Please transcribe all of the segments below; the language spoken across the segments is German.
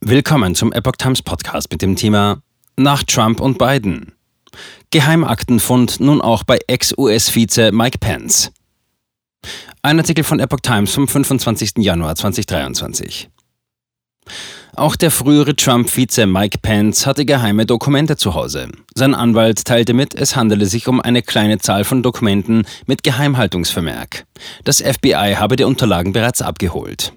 Willkommen zum Epoch Times Podcast mit dem Thema Nach Trump und Biden. Geheimaktenfund nun auch bei Ex-US-Vize Mike Pence. Ein Artikel von Epoch Times vom 25. Januar 2023. Auch der frühere Trump-Vize Mike Pence hatte geheime Dokumente zu Hause. Sein Anwalt teilte mit, es handele sich um eine kleine Zahl von Dokumenten mit Geheimhaltungsvermerk. Das FBI habe die Unterlagen bereits abgeholt.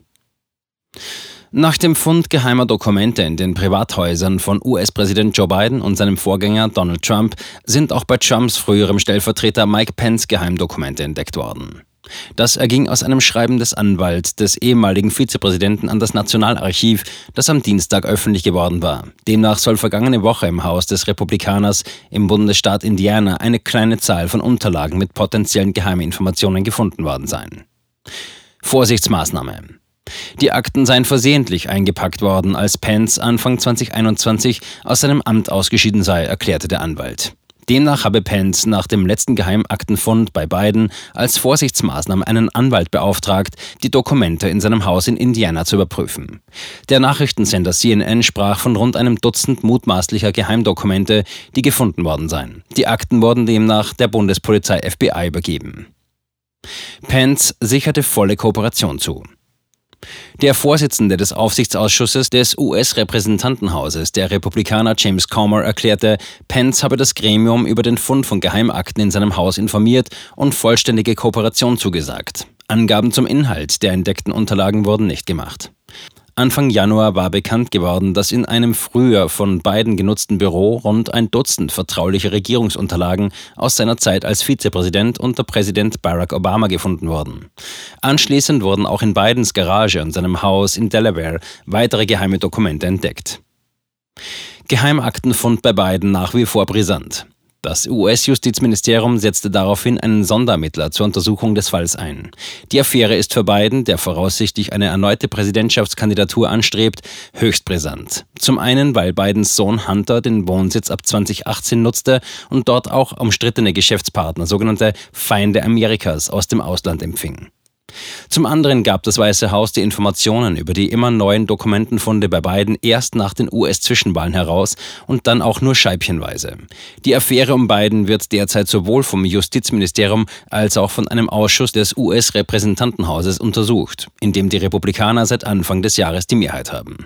Nach dem Fund geheimer Dokumente in den Privathäusern von US-Präsident Joe Biden und seinem Vorgänger Donald Trump sind auch bei Trumps früherem Stellvertreter Mike Pence Geheimdokumente entdeckt worden. Das erging aus einem Schreiben des Anwalts des ehemaligen Vizepräsidenten an das Nationalarchiv, das am Dienstag öffentlich geworden war. Demnach soll vergangene Woche im Haus des Republikaners im Bundesstaat Indiana eine kleine Zahl von Unterlagen mit potenziellen Geheiminformationen gefunden worden sein. Vorsichtsmaßnahme. Die Akten seien versehentlich eingepackt worden, als Pence Anfang 2021 aus seinem Amt ausgeschieden sei, erklärte der Anwalt. Demnach habe Pence nach dem letzten Geheimaktenfund bei Biden als Vorsichtsmaßnahme einen Anwalt beauftragt, die Dokumente in seinem Haus in Indiana zu überprüfen. Der Nachrichtensender CNN sprach von rund einem Dutzend mutmaßlicher Geheimdokumente, die gefunden worden seien. Die Akten wurden demnach der Bundespolizei FBI übergeben. Pence sicherte volle Kooperation zu. Der Vorsitzende des Aufsichtsausschusses des US-Repräsentantenhauses, der Republikaner James Comer, erklärte, Pence habe das Gremium über den Fund von Geheimakten in seinem Haus informiert und vollständige Kooperation zugesagt. Angaben zum Inhalt der entdeckten Unterlagen wurden nicht gemacht. Anfang Januar war bekannt geworden, dass in einem früher von Biden genutzten Büro rund ein Dutzend vertrauliche Regierungsunterlagen aus seiner Zeit als Vizepräsident unter Präsident Barack Obama gefunden wurden. Anschließend wurden auch in Bidens Garage und seinem Haus in Delaware weitere geheime Dokumente entdeckt. Geheimaktenfund bei Biden nach wie vor brisant. Das US-Justizministerium setzte daraufhin einen Sonderermittler zur Untersuchung des Falls ein. Die Affäre ist für Biden, der voraussichtlich eine erneute Präsidentschaftskandidatur anstrebt, höchst brisant. Zum einen, weil Bidens Sohn Hunter den Wohnsitz ab 2018 nutzte und dort auch umstrittene Geschäftspartner, sogenannte Feinde Amerikas, aus dem Ausland empfing. Zum anderen gab das Weiße Haus die Informationen über die immer neuen Dokumentenfunde bei Biden erst nach den US-Zwischenwahlen heraus und dann auch nur scheibchenweise. Die Affäre um Biden wird derzeit sowohl vom Justizministerium als auch von einem Ausschuss des US-Repräsentantenhauses untersucht, in dem die Republikaner seit Anfang des Jahres die Mehrheit haben.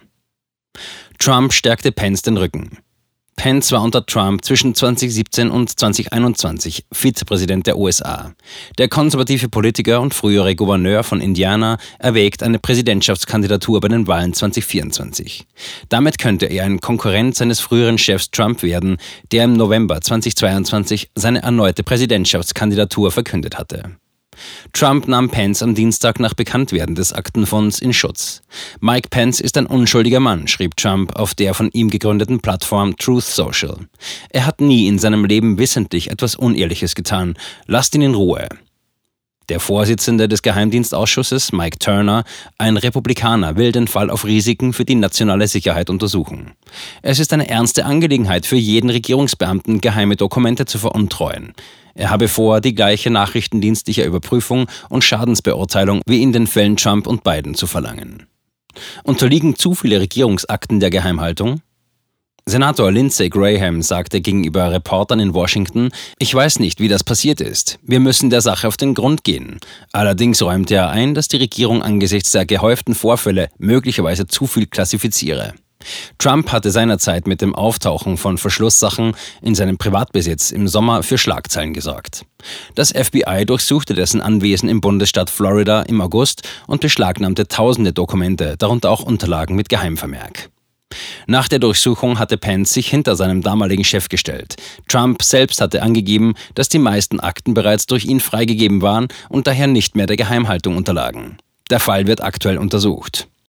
Trump stärkte Pence den Rücken. Pence war unter Trump zwischen 2017 und 2021 Vizepräsident der USA. Der konservative Politiker und frühere Gouverneur von Indiana erwägt eine Präsidentschaftskandidatur bei den Wahlen 2024. Damit könnte er ein Konkurrent seines früheren Chefs Trump werden, der im November 2022 seine erneute Präsidentschaftskandidatur verkündet hatte. Trump nahm Pence am Dienstag nach Bekanntwerden des Aktenfunds in Schutz. Mike Pence ist ein unschuldiger Mann, schrieb Trump auf der von ihm gegründeten Plattform Truth Social. Er hat nie in seinem Leben wissentlich etwas Unehrliches getan. Lasst ihn in Ruhe. Der Vorsitzende des Geheimdienstausschusses, Mike Turner, ein Republikaner, will den Fall auf Risiken für die nationale Sicherheit untersuchen. Es ist eine ernste Angelegenheit für jeden Regierungsbeamten, geheime Dokumente zu veruntreuen. Er habe vor, die gleiche nachrichtendienstliche Überprüfung und Schadensbeurteilung wie in den Fällen Trump und Biden zu verlangen. Unterliegen zu viele Regierungsakten der Geheimhaltung? Senator Lindsey Graham sagte gegenüber Reportern in Washington, ich weiß nicht, wie das passiert ist. Wir müssen der Sache auf den Grund gehen. Allerdings räumte er ein, dass die Regierung angesichts der gehäuften Vorfälle möglicherweise zu viel klassifiziere. Trump hatte seinerzeit mit dem Auftauchen von Verschlusssachen in seinem Privatbesitz im Sommer für Schlagzeilen gesorgt. Das FBI durchsuchte dessen Anwesen im Bundesstaat Florida im August und beschlagnahmte tausende Dokumente, darunter auch Unterlagen mit Geheimvermerk. Nach der Durchsuchung hatte Pence sich hinter seinem damaligen Chef gestellt. Trump selbst hatte angegeben, dass die meisten Akten bereits durch ihn freigegeben waren und daher nicht mehr der Geheimhaltung unterlagen. Der Fall wird aktuell untersucht.